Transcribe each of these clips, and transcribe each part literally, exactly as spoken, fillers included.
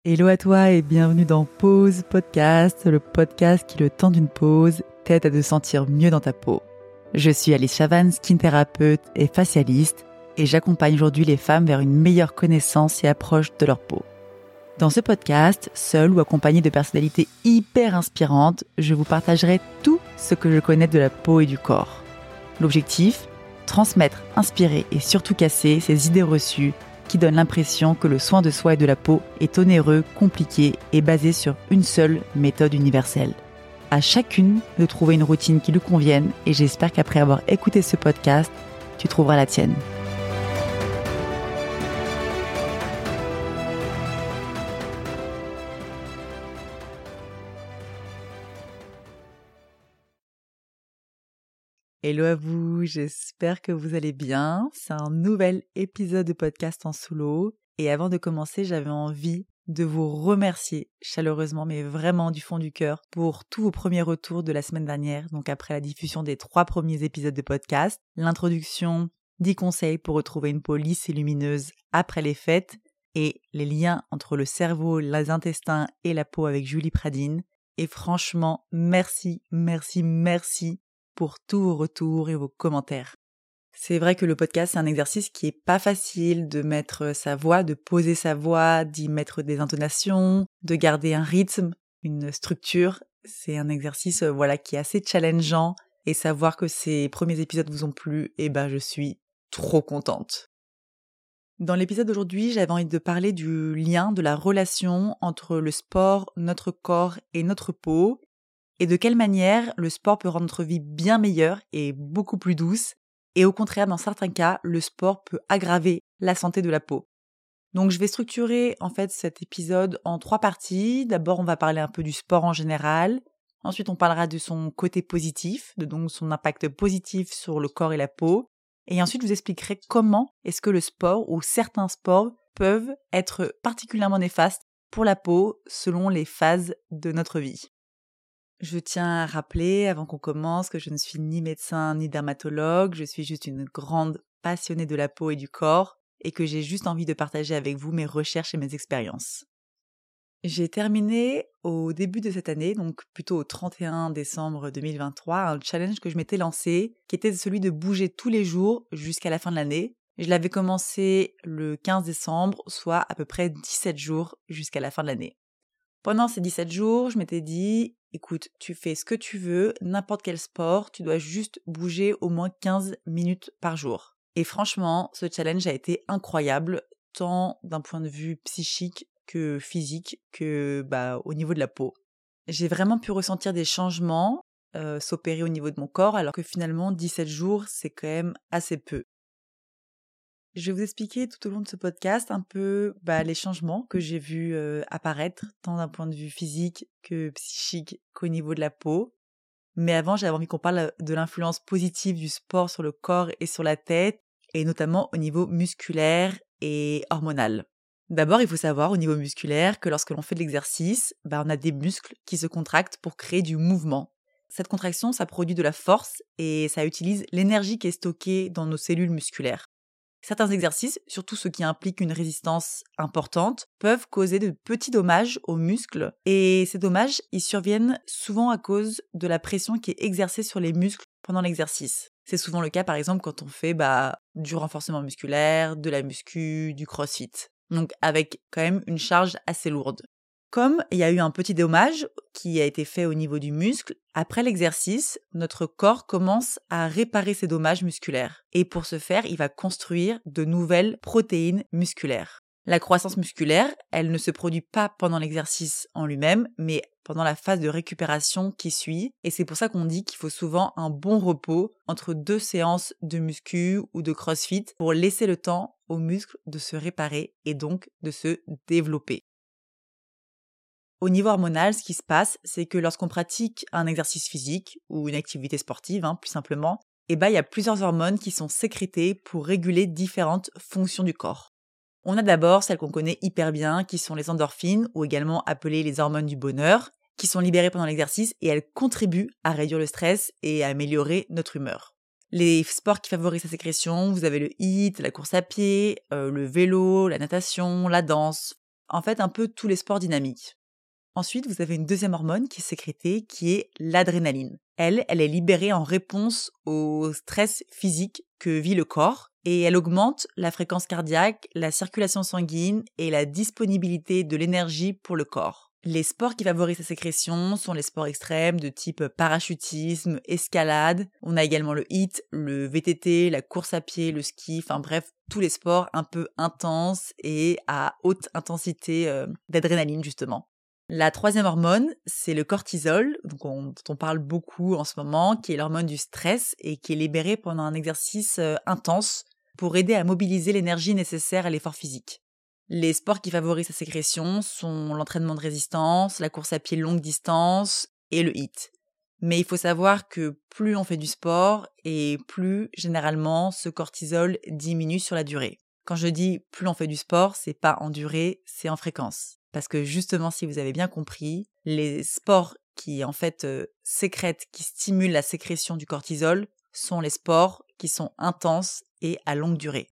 Hello à toi et bienvenue dans Pause Podcast, le podcast qui, le temps d'une pause, t'aide à te sentir mieux dans ta peau. Je suis Alice Chavannes, skin thérapeute et facialiste, et j'accompagne aujourd'hui les femmes vers une meilleure connaissance et approche de leur peau. Dans ce podcast, seule ou accompagnée de personnalités hyper inspirantes, je vous partagerai tout ce que je connais de la peau et du corps. L'objectif ? Transmettre, inspirer et surtout casser ces idées reçues qui donnent l'impression que le soin de soi et de la peau est onéreux, compliqué et basé sur une seule méthode universelle. À chacune de trouver une routine qui lui convienne et j'espère qu'après avoir écouté ce podcast, tu trouveras la tienne. Hello à vous, j'espère que vous allez bien. C'est un nouvel épisode de podcast en solo. Et avant de commencer, j'avais envie de vous remercier chaleureusement, mais vraiment du fond du cœur, pour tous vos premiers retours de la semaine dernière, donc après la diffusion des trois premiers épisodes de podcast, l'introduction, dix conseils pour retrouver une peau lisse et lumineuse après les fêtes, et les liens entre le cerveau, les intestins et la peau avec Julie Pradine. Et franchement, merci, merci, merci pour tous vos retours et vos commentaires. C'est vrai que le podcast, c'est un exercice qui est pas facile de mettre sa voix, de poser sa voix, d'y mettre des intonations, de garder un rythme, une structure. C'est un exercice, euh, voilà, qui est assez challengeant et savoir que ces premiers épisodes vous ont plu, eh ben, je suis trop contente. Dans l'épisode d'aujourd'hui, j'avais envie de parler du lien, de la relation entre le sport, notre corps et notre peau, et de quelle manière le sport peut rendre notre vie bien meilleure et beaucoup plus douce, et au contraire, dans certains cas, le sport peut aggraver la santé de la peau. Donc je vais structurer en fait cet épisode en trois parties. D'abord, on va parler un peu du sport en général. Ensuite, on parlera de son côté positif, de donc son impact positif sur le corps et la peau. Et ensuite, je vous expliquerai comment est-ce que le sport ou certains sports peuvent être particulièrement néfastes pour la peau selon les phases de notre vie. Je tiens à rappeler, avant qu'on commence, que je ne suis ni médecin ni dermatologue, je suis juste une grande passionnée de la peau et du corps, et que j'ai juste envie de partager avec vous mes recherches et mes expériences. J'ai terminé au début de cette année, donc plutôt au trente et un décembre deux mille vingt-trois, un challenge que je m'étais lancé, qui était celui de bouger tous les jours jusqu'à la fin de l'année. Je l'avais commencé le quinze décembre, soit à peu près dix-sept jours jusqu'à la fin de l'année. Pendant ces dix-sept jours, je m'étais dit, écoute, tu fais ce que tu veux, n'importe quel sport, tu dois juste bouger au moins quinze minutes par jour. Et franchement, ce challenge a été incroyable, tant d'un point de vue psychique que physique, que bah au niveau de la peau. J'ai vraiment pu ressentir des changements euh, s'opérer au niveau de mon corps, alors que finalement, dix-sept jours, c'est quand même assez peu. Je vais vous expliquer tout au long de ce podcast un peu bah, les changements que j'ai vus euh, apparaître, tant d'un point de vue physique que psychique qu'au niveau de la peau. Mais avant, j'avais envie qu'on parle de l'influence positive du sport sur le corps et sur la tête, et notamment au niveau musculaire et hormonal. D'abord, il faut savoir au niveau musculaire que lorsque l'on fait de l'exercice, bah, on a des muscles qui se contractent pour créer du mouvement. Cette contraction, ça produit de la force et ça utilise l'énergie qui est stockée dans nos cellules musculaires. Certains exercices, surtout ceux qui impliquent une résistance importante, peuvent causer de petits dommages aux muscles et ces dommages, ils surviennent souvent à cause de la pression qui est exercée sur les muscles pendant l'exercice. C'est souvent le cas par exemple quand on fait bah, du renforcement musculaire, de la muscu, du crossfit. Donc avec quand même une charge assez lourde. Comme il y a eu un petit dommage qui a été fait au niveau du muscle, après l'exercice, notre corps commence à réparer ces dommages musculaires. Et pour ce faire, il va construire de nouvelles protéines musculaires. La croissance musculaire, elle ne se produit pas pendant l'exercice en lui-même, mais pendant la phase de récupération qui suit. Et c'est pour ça qu'on dit qu'il faut souvent un bon repos entre deux séances de muscu ou de crossfit pour laisser le temps aux muscles de se réparer et donc de se développer. Au niveau hormonal, ce qui se passe, c'est que lorsqu'on pratique un exercice physique ou une activité sportive, hein, plus simplement, eh ben, il y a plusieurs hormones qui sont sécrétées pour réguler différentes fonctions du corps. On a d'abord celles qu'on connaît hyper bien, qui sont les endorphines, ou également appelées les hormones du bonheur, qui sont libérées pendant l'exercice et elles contribuent à réduire le stress et à améliorer notre humeur. Les sports qui favorisent sa sécrétion, vous avez le hit, la course à pied, euh, le vélo, la natation, la danse. en fait un peu tous les sports dynamiques. Ensuite, vous avez une deuxième hormone qui est sécrétée, qui est l'adrénaline. Elle, elle est libérée en réponse au stress physique que vit le corps et elle augmente la fréquence cardiaque, la circulation sanguine et la disponibilité de l'énergie pour le corps. Les sports qui favorisent sa sécrétion sont les sports extrêmes de type parachutisme, escalade. On a également le H I I T, le V T T, la course à pied, le ski, enfin bref, tous les sports un peu intenses et à haute intensité euh, d'adrénaline justement. La troisième hormone, c'est le cortisol, donc on, dont on parle beaucoup en ce moment, qui est l'hormone du stress et qui est libérée pendant un exercice euh, intense pour aider à mobiliser l'énergie nécessaire à l'effort physique. Les sports qui favorisent sa sécrétion sont l'entraînement de résistance, la course à pied longue distance et le H I I T. Mais il faut savoir que plus on fait du sport et plus généralement ce cortisol diminue sur la durée. Quand je dis plus on fait du sport, c'est pas en durée, c'est en fréquence. Parce que justement, si vous avez bien compris, les sports qui en fait euh, sécrètent, qui stimulent la sécrétion du cortisol sont les sports qui sont intenses et à longue durée.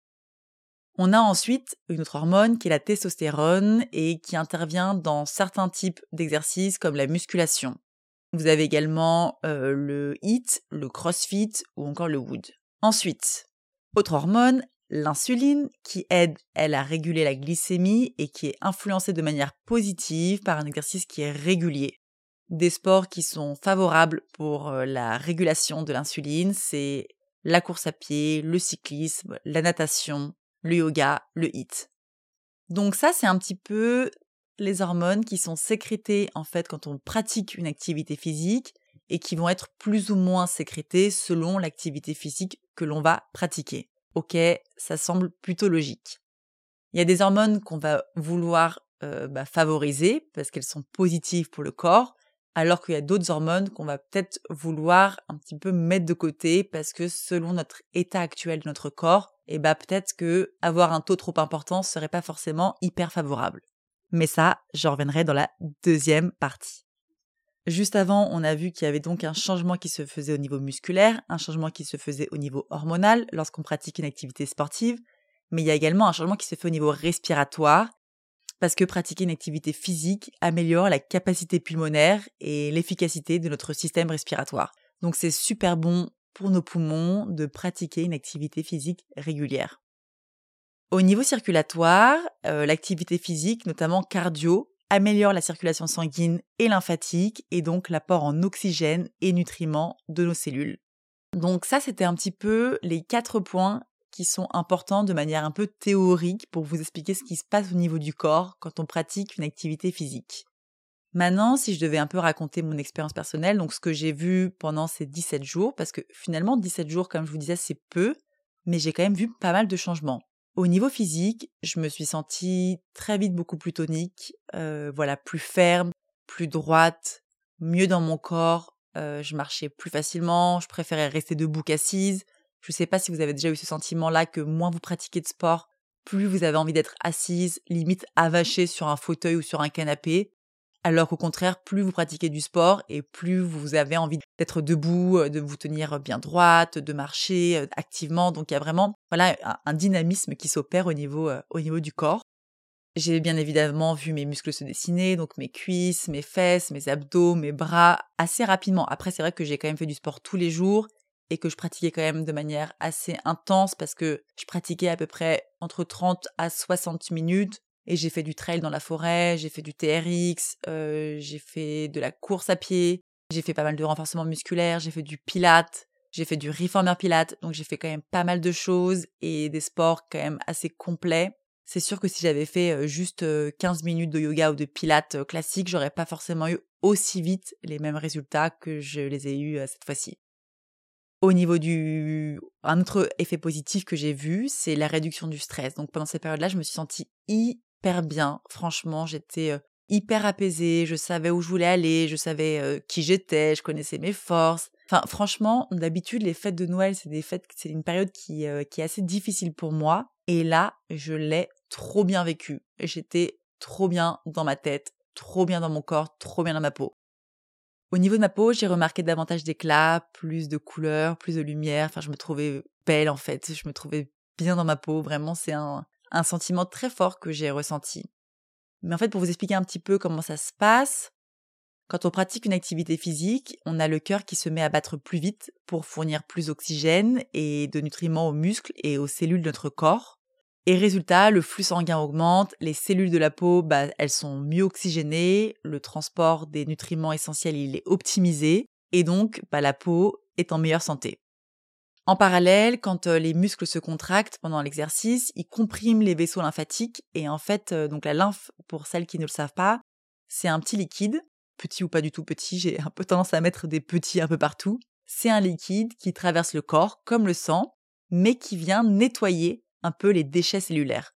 On a ensuite une autre hormone qui est la testostérone et qui intervient dans certains types d'exercices comme la musculation. Vous avez également euh, le H I I T, le CrossFit ou encore le Wood. Ensuite, autre hormone, l'insuline qui aide, elle, à réguler la glycémie et qui est influencée de manière positive par un exercice qui est régulier. Des sports qui sont favorables pour euh, la régulation de l'insuline, c'est la course à pied, le cyclisme, la natation, le yoga, le H I I T. Donc ça, c'est un petit peu les hormones qui sont sécrétées en fait quand on pratique une activité physique et qui vont être plus ou moins sécrétées selon l'activité physique que l'on va pratiquer. Ok, ça semble plutôt logique. Il y a des hormones qu'on va vouloir euh, bah, favoriser parce qu'elles sont positives pour le corps, alors qu'il y a d'autres hormones qu'on va peut-être vouloir un petit peu mettre de côté parce que selon notre état actuel de notre corps, et bah peut-être que avoir un taux trop important serait pas forcément hyper favorable. Mais ça, j'en reviendrai dans la deuxième partie. Juste avant, on a vu qu'il y avait donc un changement qui se faisait au niveau musculaire, un changement qui se faisait au niveau hormonal lorsqu'on pratique une activité sportive, mais il y a également un changement qui se fait au niveau respiratoire, parce que pratiquer une activité physique améliore la capacité pulmonaire et l'efficacité de notre système respiratoire. Donc c'est super bon pour nos poumons de pratiquer une activité physique régulière. Au niveau circulatoire, euh, l'activité physique, notamment cardio, améliore la circulation sanguine et lymphatique et donc l'apport en oxygène et nutriments de nos cellules. Donc ça, c'était un petit peu les quatre points qui sont importants de manière un peu théorique pour vous expliquer ce qui se passe au niveau du corps quand on pratique une activité physique. Maintenant, si je devais un peu raconter mon expérience personnelle, donc ce que j'ai vu pendant ces dix-sept jours, parce que finalement dix-sept jours, comme je vous disais, c'est peu, mais j'ai quand même vu pas mal de changements. Au niveau physique, je me suis sentie très vite beaucoup plus tonique, euh, voilà, plus ferme, plus droite, mieux dans mon corps, euh, je marchais plus facilement, je préférais rester debout qu'assise. Je ne sais pas si vous avez déjà eu ce sentiment-là que moins vous pratiquez de sport, plus vous avez envie d'être assise, limite avachée sur un fauteuil ou sur un canapé, alors qu'au contraire, plus vous pratiquez du sport et plus vous avez envie d'être debout, de vous tenir bien droite, de marcher activement. Donc il y a vraiment voilà un, un dynamisme qui s'opère au niveau, euh, au niveau du corps. J'ai bien évidemment vu mes muscles se dessiner, donc mes cuisses, mes fesses, mes abdos, mes bras, assez rapidement. Après, c'est vrai que j'ai quand même fait du sport tous les jours et que je pratiquais quand même de manière assez intense parce que je pratiquais à peu près entre trente à soixante minutes et j'ai fait du trail dans la forêt, j'ai fait du T R X, euh, j'ai fait de la course à pied, j'ai fait pas mal de renforcement musculaire, j'ai fait du pilates, j'ai fait du reformer pilates, donc j'ai fait quand même pas mal de choses et des sports quand même assez complets. C'est sûr que si j'avais fait juste quinze minutes de yoga ou de pilates classique, j'aurais pas forcément eu aussi vite les mêmes résultats que je les ai eus cette fois-ci. Au niveau du... Un autre effet positif que j'ai vu, c'est la réduction du stress. Donc pendant cette période-là, je me suis sentie hyper bien. Franchement, j'étais hyper apaisée, je savais où je voulais aller, je savais qui j'étais, je connaissais mes forces. Enfin, franchement, d'habitude, les fêtes de Noël, c'est des fêtes, c'est une période qui, euh, qui est assez difficile pour moi. Et là, je l'ai trop bien vécu. J'étais trop bien dans ma tête, trop bien dans mon corps, trop bien dans ma peau. Au niveau de ma peau, j'ai remarqué davantage d'éclat, plus de couleurs, plus de lumière. Enfin, je me trouvais belle en fait. Je me trouvais bien dans ma peau. Vraiment, c'est un, un sentiment très fort que j'ai ressenti. Mais en fait, pour vous expliquer un petit peu comment ça se passe, quand on pratique une activité physique, on a le cœur qui se met à battre plus vite pour fournir plus d'oxygène et de nutriments aux muscles et aux cellules de notre corps. Et résultat, le flux sanguin augmente, les cellules de la peau, bah, elles sont mieux oxygénées, le transport des nutriments essentiels, il est optimisé, et donc bah, la peau est en meilleure santé. En parallèle, quand euh, les muscles se contractent pendant l'exercice, ils compriment les vaisseaux lymphatiques, et en fait, euh, donc la lymphe, pour celles qui ne le savent pas, c'est un petit liquide, petit ou pas du tout petit, j'ai un peu tendance à mettre des petits un peu partout. C'est un liquide qui traverse le corps comme le sang, mais qui vient nettoyer un peu les déchets cellulaires.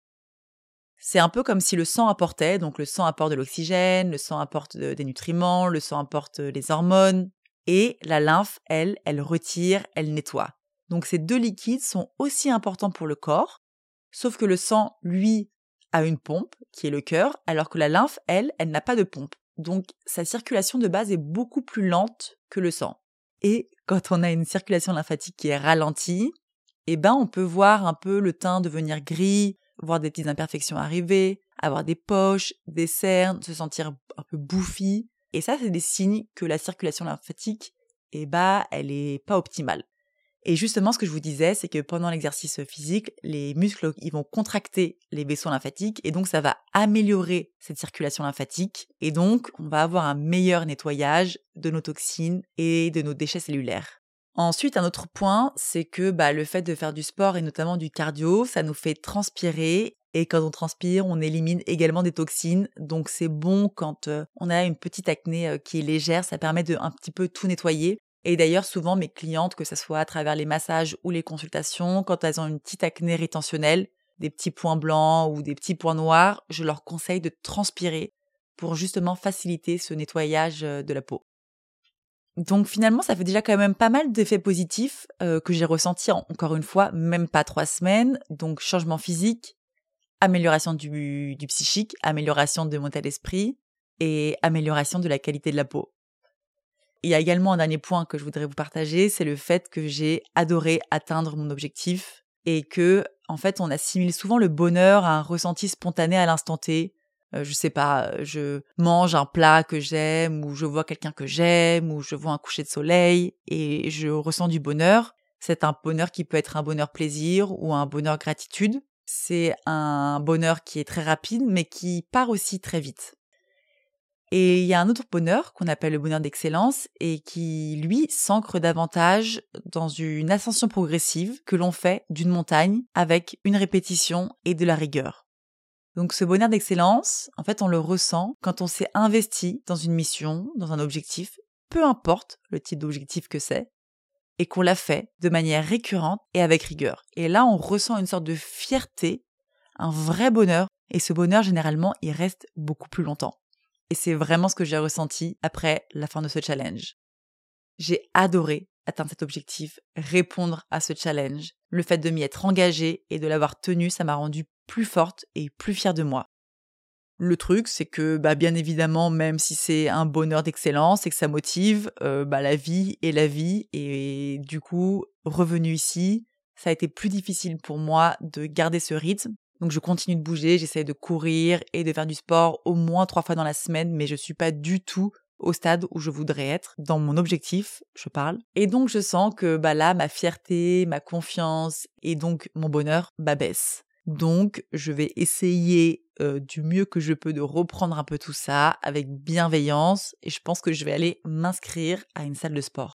C'est un peu comme si le sang apportait, donc le sang apporte de l'oxygène, le sang apporte de, des nutriments, le sang apporte les hormones, et la lymphe, elle, elle retire, elle nettoie. Donc ces deux liquides sont aussi importants pour le corps, sauf que le sang, lui, a une pompe, qui est le cœur, alors que la lymphe, elle, elle n'a pas de pompe. Donc sa circulation de base est beaucoup plus lente que le sang. Et quand on a une circulation lymphatique qui est ralentie, eh ben on peut voir un peu le teint devenir gris, voir des petites imperfections arriver, avoir des poches, des cernes, se sentir un peu bouffi. Et ça, c'est des signes que la circulation lymphatique, eh ben, elle est pas optimale. Et justement, ce que je vous disais, c'est que pendant l'exercice physique, les muscles, ils vont contracter les vaisseaux lymphatiques et donc ça va améliorer cette circulation lymphatique et donc on va avoir un meilleur nettoyage de nos toxines et de nos déchets cellulaires. Ensuite, un autre point, c'est que bah, le fait de faire du sport et notamment du cardio, ça nous fait transpirer et quand on transpire, on élimine également des toxines. Donc c'est bon quand euh, on a une petite acné euh, qui est légère, ça permet de un petit peu tout nettoyer. Et d'ailleurs, souvent, mes clientes, que ce soit à travers les massages ou les consultations, quand elles ont une petite acné rétentionnelle, des petits points blancs ou des petits points noirs, je leur conseille de transpirer pour justement faciliter ce nettoyage de la peau. Donc finalement, ça fait déjà quand même pas mal d'effets positifs euh, que j'ai ressentis, en, encore une fois, même pas trois semaines. Donc changement physique, amélioration du, du psychique, amélioration de mon état d'esprit et amélioration de la qualité de la peau. Il y a également un dernier point que je voudrais vous partager, c'est le fait que j'ai adoré atteindre mon objectif et que, en fait, on assimile souvent le bonheur à un ressenti spontané à l'instant T. Euh, je sais pas, je mange un plat que j'aime ou je vois quelqu'un que j'aime ou je vois un coucher de soleil et je ressens du bonheur. C'est un bonheur qui peut être un bonheur plaisir ou un bonheur gratitude. C'est un bonheur qui est très rapide mais qui part aussi très vite. Et il y a un autre bonheur qu'on appelle le bonheur d'excellence et qui, lui, s'ancre davantage dans une ascension progressive que l'on fait d'une montagne avec une répétition et de la rigueur. Donc ce bonheur d'excellence, en fait, on le ressent quand on s'est investi dans une mission, dans un objectif, peu importe le type d'objectif que c'est, et qu'on l'a fait de manière récurrente et avec rigueur. Et là, on ressent une sorte de fierté, un vrai bonheur, et ce bonheur, généralement, il reste beaucoup plus longtemps. Et c'est vraiment ce que j'ai ressenti après la fin de ce challenge. J'ai adoré atteindre cet objectif, répondre à ce challenge. Le fait de m'y être engagée et de l'avoir tenu, ça m'a rendue plus forte et plus fière de moi. Le truc, c'est que, bah, bien évidemment, même si c'est un bonheur d'excellence et que ça motive, euh, bah, la vie est la vie. Et du coup, revenu ici, ça a été plus difficile pour moi de garder ce rythme. Donc je continue de bouger, j'essaie de courir et de faire du sport au moins trois fois dans la semaine, mais je suis pas du tout au stade où je voudrais être, dans mon objectif, je parle. Et donc je sens que bah là, ma fierté, ma confiance et donc mon bonheur bah, baissent. Donc je vais essayer euh, du mieux que je peux de reprendre un peu tout ça avec bienveillance et je pense que je vais aller m'inscrire à une salle de sport.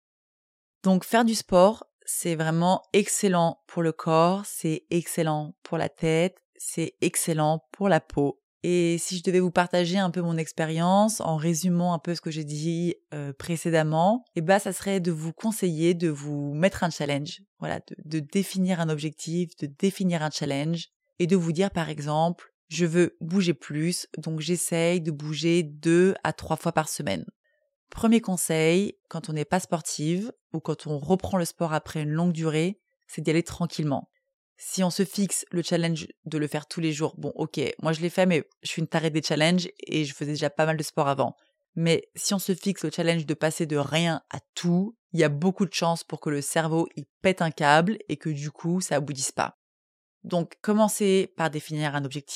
Donc faire du sport, c'est vraiment excellent pour le corps, c'est excellent pour la tête, c'est excellent pour la peau. Et si je devais vous partager un peu mon expérience en résumant un peu ce que j'ai dit euh, précédemment, eh ben ça serait de vous conseiller de vous mettre un challenge, voilà, de, de définir un objectif, de définir un challenge et de vous dire par exemple, je veux bouger plus, donc j'essaye de bouger deux à trois fois par semaine. Premier conseil, quand on n'est pas sportive ou quand on reprend le sport après une longue durée, c'est d'y aller tranquillement. Si on se fixe le challenge de le faire tous les jours, bon ok, moi je l'ai fait mais je suis une tarée des challenges et je faisais déjà pas mal de sport avant. Mais si on se fixe le challenge de passer de rien à tout, il y a beaucoup de chances pour que le cerveau il pète un câble et que du coup ça aboutisse pas. Donc commencez par définir un objectif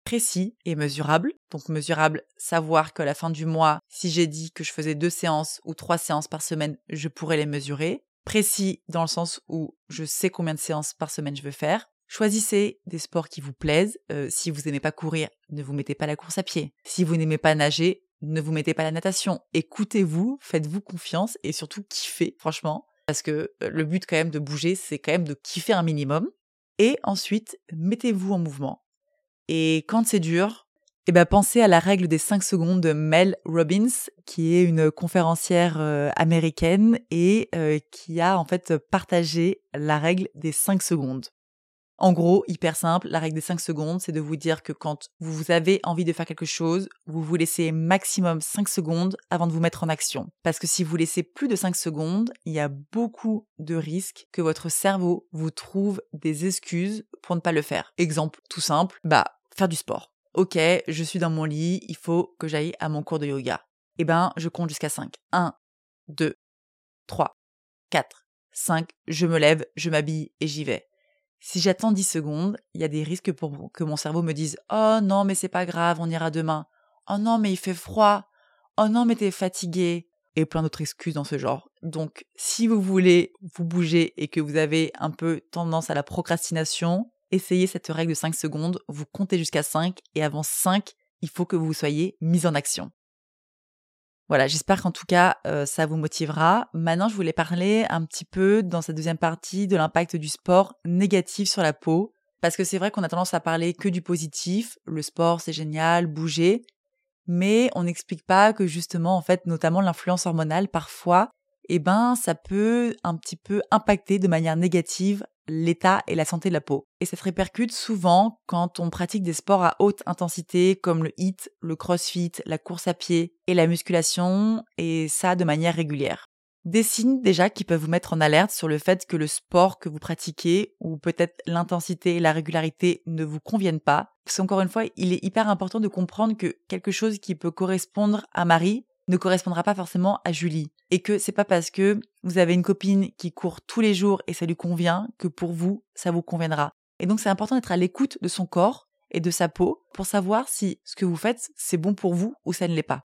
précis et mesurable. Donc mesurable, savoir qu'à la fin du mois, si j'ai dit que je faisais deux séances ou trois séances par semaine, je pourrais les mesurer. Précis dans le sens où je sais combien de séances par semaine je veux faire. Choisissez des sports qui vous plaisent. Euh, si vous n'aimez pas courir, ne vous mettez pas la course à pied. Si vous n'aimez pas nager, ne vous mettez pas la natation. Écoutez-vous, faites-vous confiance et surtout kiffez, franchement. Parce que le but quand même de bouger, c'est quand même de kiffer un minimum. Et ensuite, mettez-vous en mouvement. Et quand c'est dur, eh ben pensez à la règle des cinq secondes de Mel Robbins, qui est une conférencière euh, américaine et euh, qui a en fait partagé la règle des cinq secondes. En gros, hyper simple, la règle des cinq secondes, c'est de vous dire que quand vous avez envie de faire quelque chose, vous vous laissez maximum cinq secondes avant de vous mettre en action. Parce que si vous laissez plus de cinq secondes, il y a beaucoup de risques que votre cerveau vous trouve des excuses pour ne pas le faire. Exemple tout simple, bah, faire du sport. Ok, je suis dans mon lit, il faut que j'aille à mon cours de yoga. Eh ben, je compte jusqu'à cinq. un, deux, trois, quatre, cinq, je me lève, je m'habille et j'y vais. Si j'attends dix secondes, il y a des risques pour que mon cerveau me dise « Oh non, mais c'est pas grave, on ira demain. Oh non, mais il fait froid. Oh non, mais t'es fatigué. » Et plein d'autres excuses dans ce genre. Donc, si vous voulez vous bouger et que vous avez un peu tendance à la procrastination, essayez cette règle de cinq secondes, vous comptez jusqu'à cinq et avant cinq, il faut que vous soyez mis en action. Voilà, j'espère qu'en tout cas, euh, ça vous motivera. Maintenant, je voulais parler un petit peu dans cette deuxième partie de l'impact du sport négatif sur la peau. Parce que c'est vrai qu'on a tendance à parler que du positif. Le sport, c'est génial, bouger. Mais on n'explique pas que justement, en fait, notamment l'influence hormonale, parfois, eh ben, ça peut un petit peu impacter de manière négative l'état et la santé de la peau. Et ça se répercute souvent quand on pratique des sports à haute intensité comme le H I I T, le crossfit, la course à pied et la musculation, et ça de manière régulière. Des signes déjà qui peuvent vous mettre en alerte sur le fait que le sport que vous pratiquez ou peut-être l'intensité et la régularité ne vous conviennent pas. Parce qu'encore une fois, il est hyper important de comprendre que quelque chose qui peut correspondre à Marie ne correspondra pas forcément à Julie. Et que c'est pas parce que vous avez une copine qui court tous les jours et ça lui convient que pour vous, ça vous conviendra. Et donc c'est important d'être à l'écoute de son corps et de sa peau pour savoir si ce que vous faites, c'est bon pour vous ou ça ne l'est pas.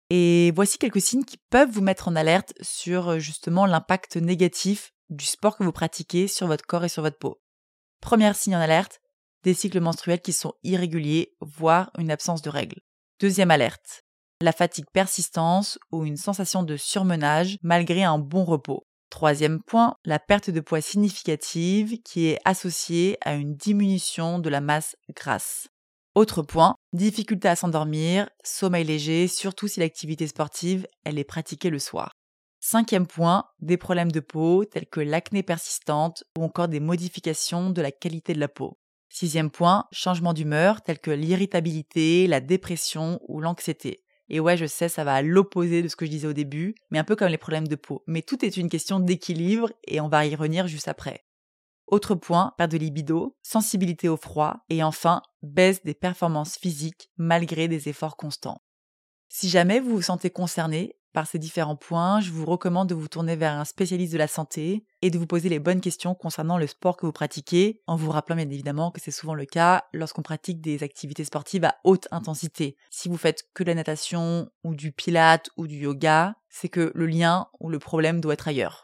Et voici quelques signes qui peuvent vous mettre en alerte sur justement l'impact négatif du sport que vous pratiquez sur votre corps et sur votre peau. Premier signe en alerte, des cycles menstruels qui sont irréguliers, voire une absence de règles. Deuxième alerte, la fatigue persistante ou une sensation de surmenage malgré un bon repos. Troisième point, la perte de poids significative qui est associée à une diminution de la masse grasse. Autre point, difficulté à s'endormir, sommeil léger, surtout si l'activité sportive, elle est pratiquée le soir. Cinquième point, des problèmes de peau tels que l'acné persistante ou encore des modifications de la qualité de la peau. Sixième point, changement d'humeur tels que l'irritabilité, la dépression ou l'anxiété. Et ouais, je sais, ça va à l'opposé de ce que je disais au début, mais un peu comme les problèmes de peau. Mais tout est une question d'équilibre et on va y revenir juste après. Autre point, perte de libido, sensibilité au froid et enfin, baisse des performances physiques malgré des efforts constants. Si jamais vous vous sentez concerné par ces différents points, je vous recommande de vous tourner vers un spécialiste de la santé et de vous poser les bonnes questions concernant le sport que vous pratiquez, en vous rappelant bien évidemment que c'est souvent le cas lorsqu'on pratique des activités sportives à haute intensité. Si vous faites que de la natation ou du pilates ou du yoga, c'est que le lien ou le problème doit être ailleurs.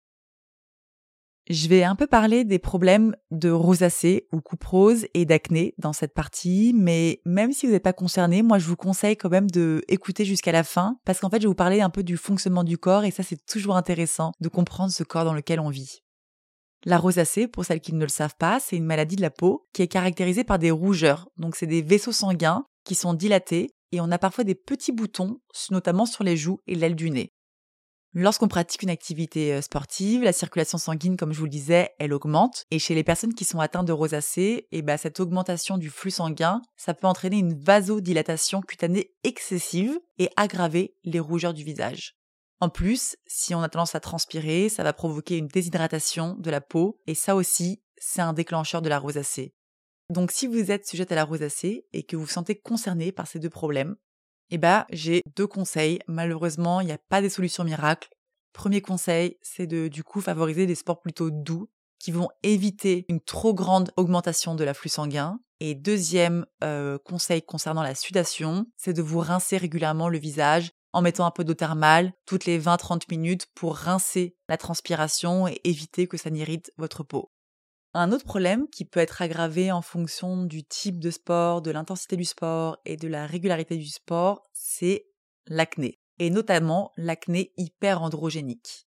Je vais un peu parler des problèmes de rosacée ou coupe rose et d'acné dans cette partie, mais même si vous n'êtes pas concerné, moi je vous conseille quand même de écouter jusqu'à la fin, parce qu'en fait je vais vous parler un peu du fonctionnement du corps et ça c'est toujours intéressant de comprendre ce corps dans lequel on vit. La rosacée, pour celles qui ne le savent pas, c'est une maladie de la peau qui est caractérisée par des rougeurs, donc c'est des vaisseaux sanguins qui sont dilatés et on a parfois des petits boutons, notamment sur les joues et l'aile du nez. Lorsqu'on pratique une activité sportive, la circulation sanguine, comme je vous le disais, elle augmente. Et chez les personnes qui sont atteintes de rosacée, eh ben, cette augmentation du flux sanguin, ça peut entraîner une vasodilatation cutanée excessive et aggraver les rougeurs du visage. En plus, si on a tendance à transpirer, ça va provoquer une déshydratation de la peau. Et ça aussi, c'est un déclencheur de la rosacée. Donc si vous êtes sujette à la rosacée et que vous vous sentez concerné par ces deux problèmes, eh ben, j'ai deux conseils. Malheureusement, il n'y a pas des solutions miracles. Premier conseil, c'est de, du coup, favoriser des sports plutôt doux qui vont éviter une trop grande augmentation de l'afflux sanguin. Et deuxième euh, conseil concernant la sudation, c'est de vous rincer régulièrement le visage en mettant un peu d'eau thermale toutes les vingt à trente minutes pour rincer la transpiration et éviter que ça n'irrite votre peau. Un autre problème qui peut être aggravé en fonction du type de sport, de l'intensité du sport et de la régularité du sport, c'est l'acné, et notamment l'acné hyperandrogénique.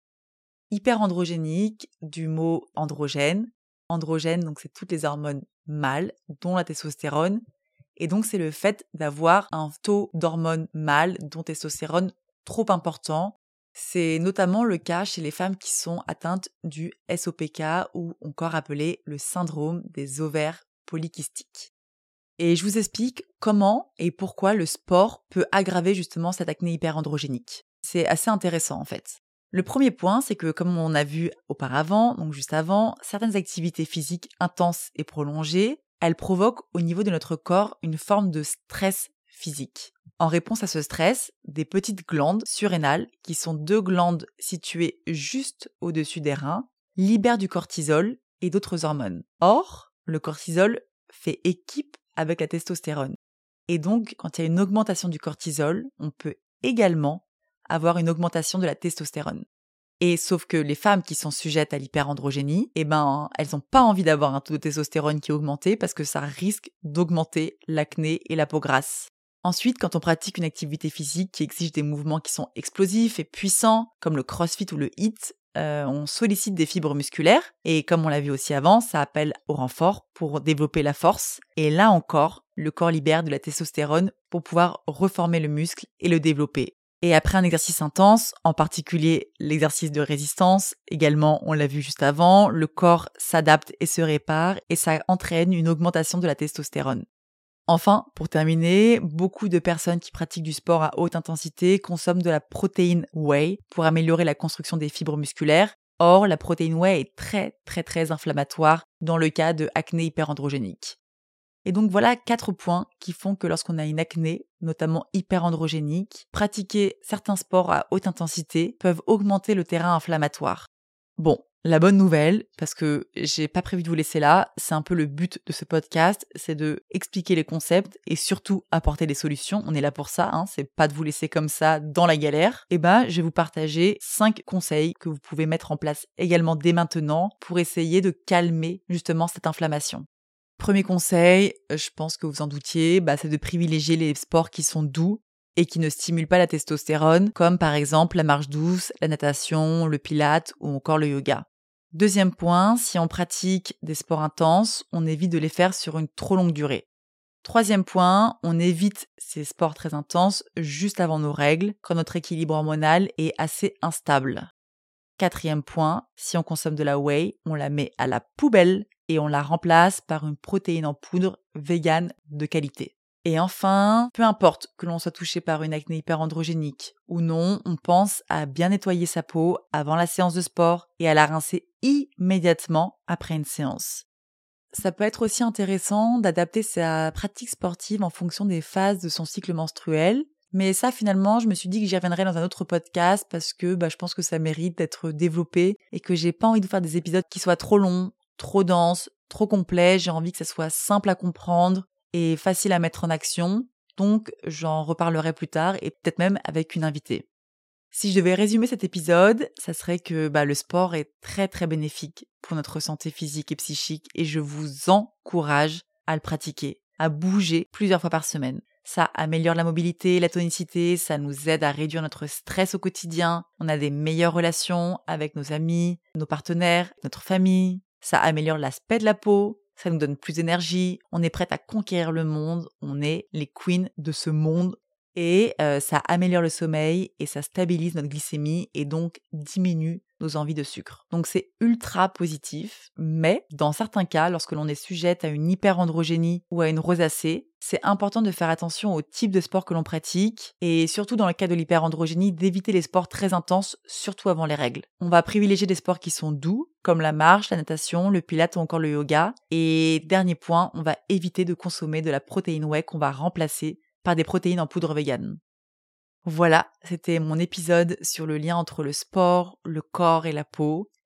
Hyperandrogénique, du mot androgène. Androgène, donc c'est toutes les hormones mâles, dont la testostérone, et donc c'est le fait d'avoir un taux d'hormones mâles, dont testostérone, trop important. C'est notamment le cas chez les femmes qui sont atteintes du S O P K ou encore appelé le syndrome des ovaires polykystiques. Et je vous explique comment et pourquoi le sport peut aggraver justement cette acné hyperandrogénique. C'est assez intéressant en fait. Le premier point, c'est que comme on a vu auparavant, donc juste avant, certaines activités physiques intenses et prolongées, elles provoquent au niveau de notre corps une forme de stress physique. En réponse à ce stress, des petites glandes surrénales, qui sont deux glandes situées juste au-dessus des reins, libèrent du cortisol et d'autres hormones. Or, le cortisol fait équipe avec la testostérone. Et donc, quand il y a une augmentation du cortisol, on peut également avoir une augmentation de la testostérone. Et sauf que les femmes qui sont sujettes à l'hyperandrogénie, eh ben, elles n'ont pas envie d'avoir un taux de testostérone qui est augmenté parce que ça risque d'augmenter l'acné et la peau grasse. Ensuite, quand on pratique une activité physique qui exige des mouvements qui sont explosifs et puissants, comme le crossfit ou le HIIT, euh, on sollicite des fibres musculaires et comme on l'a vu aussi avant, ça appelle au renfort pour développer la force. Et là encore, le corps libère de la testostérone pour pouvoir reformer le muscle et le développer. Et après un exercice intense, en particulier l'exercice de résistance, également on l'a vu juste avant, le corps s'adapte et se répare et ça entraîne une augmentation de la testostérone. Enfin, pour terminer, beaucoup de personnes qui pratiquent du sport à haute intensité consomment de la protéine whey pour améliorer la construction des fibres musculaires. Or, la protéine whey est très très très inflammatoire dans le cas de acné hyperandrogénique. Et donc voilà quatre points qui font que lorsqu'on a une acné, notamment hyperandrogénique, pratiquer certains sports à haute intensité peuvent augmenter le terrain inflammatoire. Bon, la bonne nouvelle, parce que j'ai pas prévu de vous laisser là, c'est un peu le but de ce podcast, c'est de expliquer les concepts et surtout apporter des solutions. On est là pour ça, hein, c'est pas de vous laisser comme ça dans la galère. Et ben, je vais vous partager cinq conseils que vous pouvez mettre en place également dès maintenant pour essayer de calmer justement cette inflammation. Premier conseil, je pense que vous en doutiez, bah, c'est de privilégier les sports qui sont doux et qui ne stimulent pas la testostérone, comme par exemple la marche douce, la natation, le pilate ou encore le yoga. Deuxième point, si on pratique des sports intenses, on évite de les faire sur une trop longue durée. Troisième point, on évite ces sports très intenses juste avant nos règles, quand notre équilibre hormonal est assez instable. Quatrième point, si on consomme de la whey, on la met à la poubelle et on la remplace par une protéine en poudre végane de qualité. Et enfin, peu importe que l'on soit touché par une acné hyperandrogénique ou non, on pense à bien nettoyer sa peau avant la séance de sport et à la rincer immédiatement après une séance. Ça peut être aussi intéressant d'adapter sa pratique sportive en fonction des phases de son cycle menstruel. Mais ça, finalement, je me suis dit que j'y reviendrai dans un autre podcast parce que bah, je pense que ça mérite d'être développé et que j'ai pas envie de faire des épisodes qui soient trop longs, trop denses, trop complets. J'ai envie que ça soit simple à comprendre et facile à mettre en action. Donc, j'en reparlerai plus tard et peut-être même avec une invitée. Si je devais résumer cet épisode, ça serait que bah, le sport est très très bénéfique pour notre santé physique et psychique et je vous encourage à le pratiquer, à bouger plusieurs fois par semaine. Ça améliore la mobilité, la tonicité, ça nous aide à réduire notre stress au quotidien, on a des meilleures relations avec nos amis, nos partenaires, notre famille, ça améliore l'aspect de la peau, ça nous donne plus d'énergie, on est prête à conquérir le monde, on est les queens de ce monde et euh, ça améliore le sommeil et ça stabilise notre glycémie et donc diminue nos envies de sucre. Donc c'est ultra positif, mais dans certains cas, lorsque l'on est sujette à une hyperandrogénie ou à une rosacée, c'est important de faire attention au type de sport que l'on pratique et surtout dans le cas de l'hyperandrogénie, d'éviter les sports très intenses, surtout avant les règles. On va privilégier des sports qui sont doux, comme la marche, la natation, le pilate ou encore le yoga. Et dernier point, on va éviter de consommer de la protéine whey qu'on va remplacer par des protéines en poudre végane. Voilà, c'était mon épisode sur le lien entre le sport, le corps et la peau.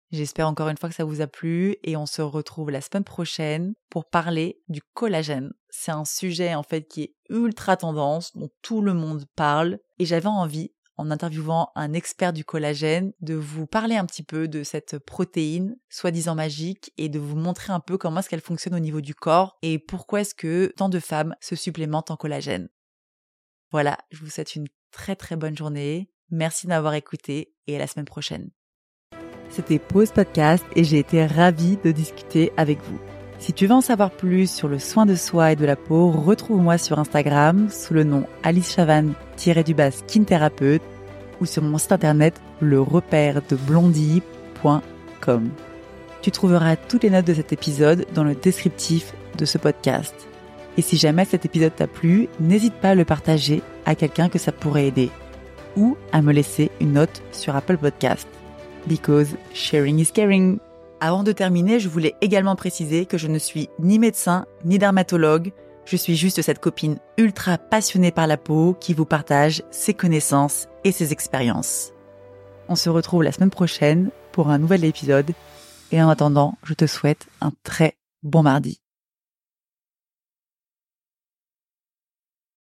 J'espère encore une fois que ça vous a plu et on se retrouve la semaine prochaine pour parler du collagène. C'est un sujet en fait qui est ultra tendance, dont tout le monde parle et j'avais envie, en interviewant un expert du collagène, de vous parler un petit peu de cette protéine soi-disant magique et de vous montrer un peu comment est-ce qu'elle fonctionne au niveau du corps et pourquoi est-ce que tant de femmes se supplémentent en collagène. Voilà, je vous souhaite une très très bonne journée. Merci de m'avoir écouté et à la semaine prochaine. C'était Pause Podcast et j'ai été ravie de discuter avec vous. Si tu veux en savoir plus sur le soin de soi et de la peau, retrouve-moi sur Instagram sous le nom alice chavanne-du-bas skin thérapeute ou sur mon site internet le repère de blondie point com. Tu trouveras toutes les notes de cet épisode dans le descriptif de ce podcast. Et si jamais cet épisode t'a plu, n'hésite pas à le partager à quelqu'un que ça pourrait aider ou à me laisser une note sur Apple Podcast. Because sharing is caring. Avant de terminer, je voulais également préciser que je ne suis ni médecin ni dermatologue. Je suis juste cette copine ultra passionnée par la peau qui vous partage ses connaissances et ses expériences. On se retrouve la semaine prochaine pour un nouvel épisode. Et en attendant, je te souhaite un très bon mardi.